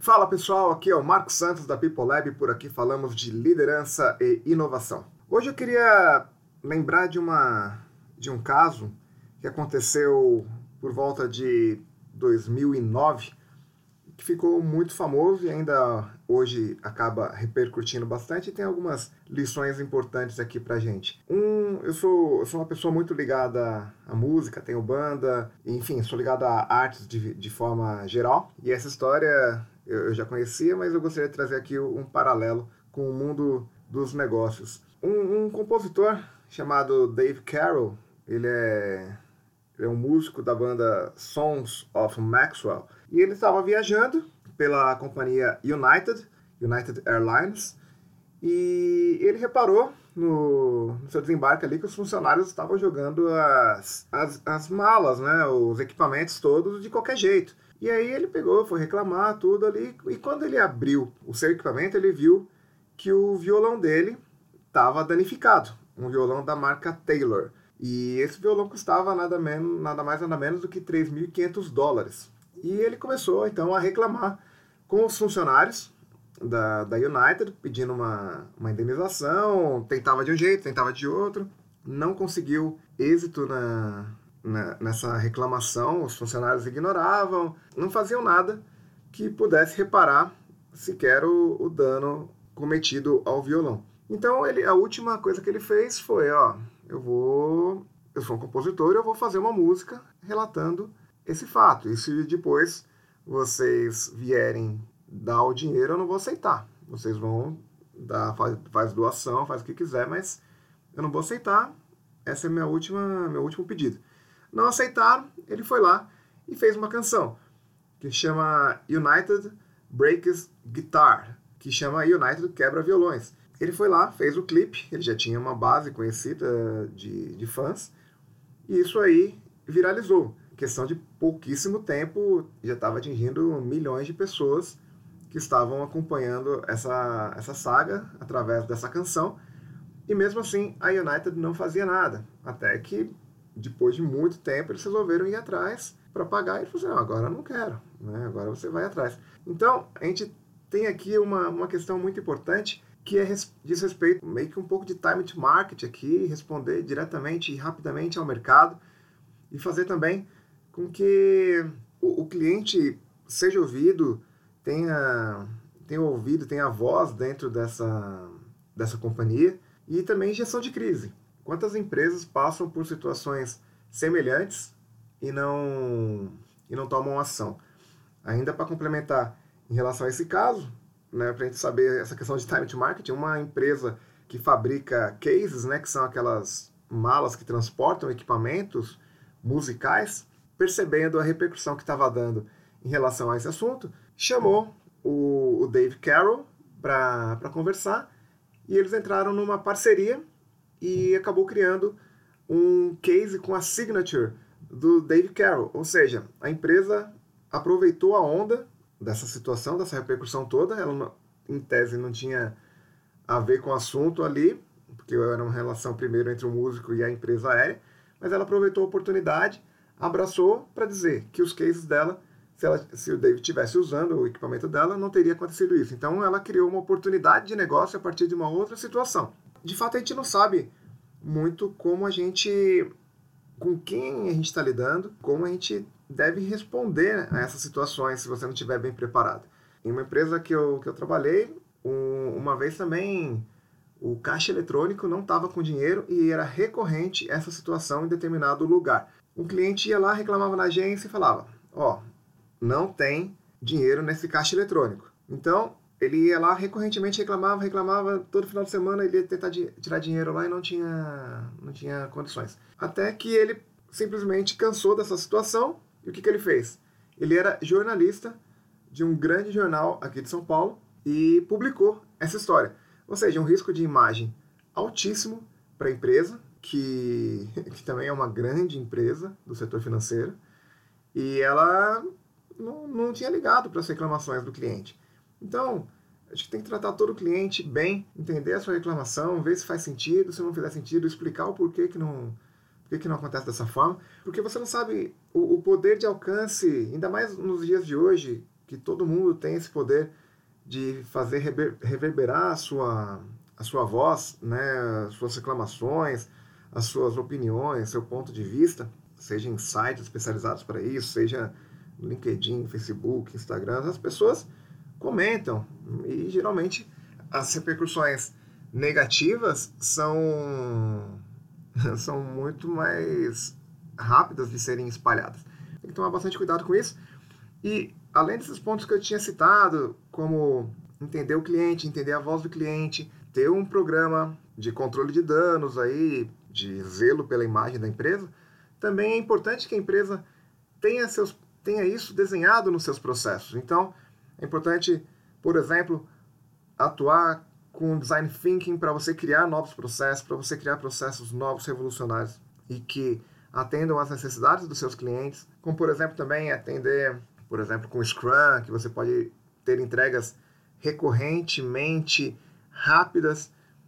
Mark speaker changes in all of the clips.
Speaker 1: Fala pessoal, aqui é o Marcos Santos da People Lab, por aqui falamos de liderança e inovação. Hoje eu queria lembrar de um caso que aconteceu por volta de 2009, que ficou muito famoso e ainda hoje acaba repercutindo bastante e tem algumas lições importantes aqui pra gente. Eu sou uma pessoa muito ligada à música, tenho banda, enfim, sou ligado a artes de forma geral. E essa história eu já conhecia, mas eu gostaria de trazer aqui um paralelo com o mundo dos negócios. Um compositor chamado Dave Carroll, ele é um músico da banda Sons of Maxwell. E ele estava viajando pela companhia United Airlines, e ele reparou no seu desembarque ali que os funcionários estavam jogando as malas, né, os equipamentos todos de qualquer jeito. E aí ele pegou, foi reclamar tudo ali, e quando ele abriu o seu equipamento, ele viu que o violão dele estava danificado, um violão da marca Taylor. E esse violão custava nada mais nada menos do que $3.500. E ele começou então a reclamar com os funcionários da United, pedindo uma indenização, tentava de um jeito, tentava de outro, não conseguiu êxito nessa reclamação, os funcionários ignoravam, não faziam nada que pudesse reparar sequer o dano cometido ao violão. Então a última coisa que ele fez foi, eu sou um compositor e eu vou fazer uma música relatando esse fato. E se depois vocês vierem dar o dinheiro, eu não vou aceitar. Vocês vão dar, faz doação, faz o que quiser, mas eu não vou aceitar. Esse é meu último pedido. Não aceitaram, ele foi lá e fez uma canção que chama United Breaks Guitar, que chama United Quebra Violões. Ele foi lá, fez o clipe, ele já tinha uma base conhecida de fãs, e isso aí viralizou. Em questão de pouquíssimo tempo, já estava atingindo milhões de pessoas que estavam acompanhando essa saga através dessa canção, e mesmo assim a United não fazia nada, até que depois de muito tempo eles resolveram ir atrás para pagar, e ele falou assim, agora eu não quero, né? Agora você vai atrás. Então a gente tem aqui uma questão muito importante, que diz respeito meio que um pouco de time to market aqui, responder diretamente e rapidamente ao mercado e fazer também com que o cliente seja ouvido, tenha ouvido, tenha voz dentro dessa companhia, e também gestão de crise. Quantas empresas passam por situações semelhantes e não tomam ação? Ainda para complementar em relação a esse caso, né, para a gente saber essa questão de time to market, uma empresa que fabrica cases, né, que são aquelas malas que transportam equipamentos musicais, percebendo a repercussão que estava dando em relação a esse assunto, chamou o Dave Carroll para conversar, e eles entraram numa parceria e acabou criando um case com a signature do Dave Carroll. Ou seja, a empresa aproveitou a onda dessa situação, dessa repercussão toda. Ela, em tese, não tinha a ver com o assunto ali, porque era uma relação primeiro entre o músico e a empresa aérea, mas ela aproveitou a oportunidade, abraçou para dizer que os cases dela, se o Dave estivesse usando o equipamento dela, não teria acontecido isso. Então ela criou uma oportunidade de negócio a partir de uma outra situação. De fato, a gente não sabe muito com quem a gente está lidando, como a gente deve responder a essas situações se você não estiver bem preparado. Em uma empresa que eu trabalhei, uma vez também o caixa eletrônico não estava com dinheiro e era recorrente essa situação em determinado lugar. Um cliente ia lá, reclamava na agência e falava, não tem dinheiro nesse caixa eletrônico. Então, ele ia lá, recorrentemente reclamava, todo final de semana ele ia tentar tirar dinheiro lá e não tinha condições. Até que ele simplesmente cansou dessa situação, e o que ele fez? Ele era jornalista de um grande jornal aqui de São Paulo e publicou essa história. Ou seja, um risco de imagem altíssimo para a empresa, que também é uma grande empresa do setor financeiro, e ela não tinha ligado para as reclamações do cliente. Então, acho que tem que tratar todo o cliente bem, entender a sua reclamação, ver se faz sentido, se não fizer sentido, explicar o porquê que não acontece dessa forma, porque você não sabe o poder de alcance, ainda mais nos dias de hoje, que todo mundo tem esse poder de fazer reverberar a sua voz, né, as suas reclamações, as suas opiniões, seu ponto de vista, seja em sites especializados para isso, seja no LinkedIn, Facebook, Instagram. As pessoas comentam e geralmente as repercussões negativas são muito mais rápidas de serem espalhadas. Tem que tomar bastante cuidado com isso. E além desses pontos que eu tinha citado, como entender o cliente, entender a voz do cliente, ter um programa de controle de danos aí, de zelo pela imagem da empresa, também é importante que a empresa tenha isso desenhado nos seus processos. Então, é importante, por exemplo, atuar com design thinking para você criar novos processos, para você criar processos novos, revolucionários e que atendam às necessidades dos seus clientes, como, por exemplo, também atender, por exemplo, com Scrum, que você pode ter entregas recorrentemente rápidas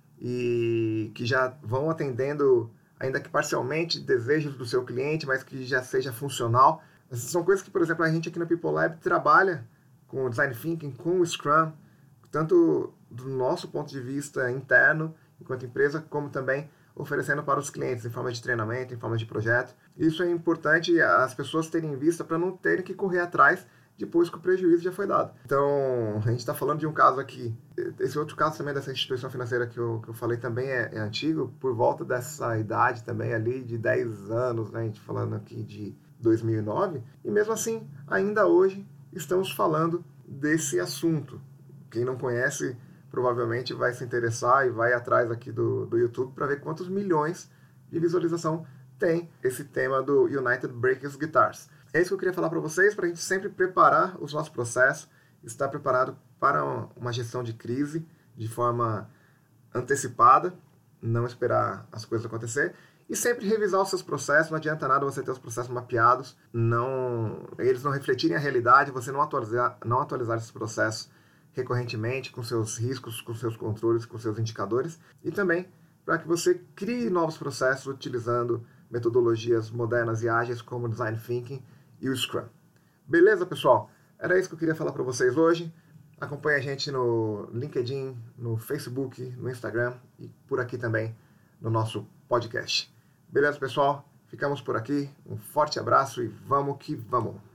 Speaker 1: e que já vão atendendo, ainda que parcialmente, desejos do seu cliente, mas que já seja funcional. Essas são coisas que, por exemplo, a gente aqui na People Lab trabalha com o Design Thinking, com o Scrum, tanto do nosso ponto de vista interno, enquanto empresa, como também oferecendo para os clientes em forma de treinamento, em forma de projeto. Isso é importante as pessoas terem em vista para não terem que correr atrás depois que o prejuízo já foi dado. Então, a gente está falando de um caso aqui, esse outro caso também dessa instituição financeira que eu falei também é antigo, por volta dessa idade também ali de 10 anos, né? A gente falando aqui de 2009, e mesmo assim, ainda hoje, estamos falando desse assunto. Quem não conhece, provavelmente vai se interessar e vai atrás aqui do YouTube para ver quantos milhões de visualização tem esse tema do United Breakers Guitars. É isso que eu queria falar para vocês, para a gente sempre preparar os nossos processos, estar preparado para uma gestão de crise de forma antecipada, não esperar as coisas acontecer, e sempre revisar os seus processos. Não adianta nada você ter os processos mapeados, eles não refletirem a realidade, você não atualizar esses processos recorrentemente, com seus riscos, com seus controles, com seus indicadores, e também para que você crie novos processos utilizando metodologias modernas e ágeis como o Design Thinking e o Scrum. Beleza, pessoal? Era isso que eu queria falar para vocês hoje. Acompanhe a gente no LinkedIn, no Facebook, no Instagram e por aqui também no nosso podcast. Beleza, pessoal? Ficamos por aqui. Um forte abraço e vamos que vamos!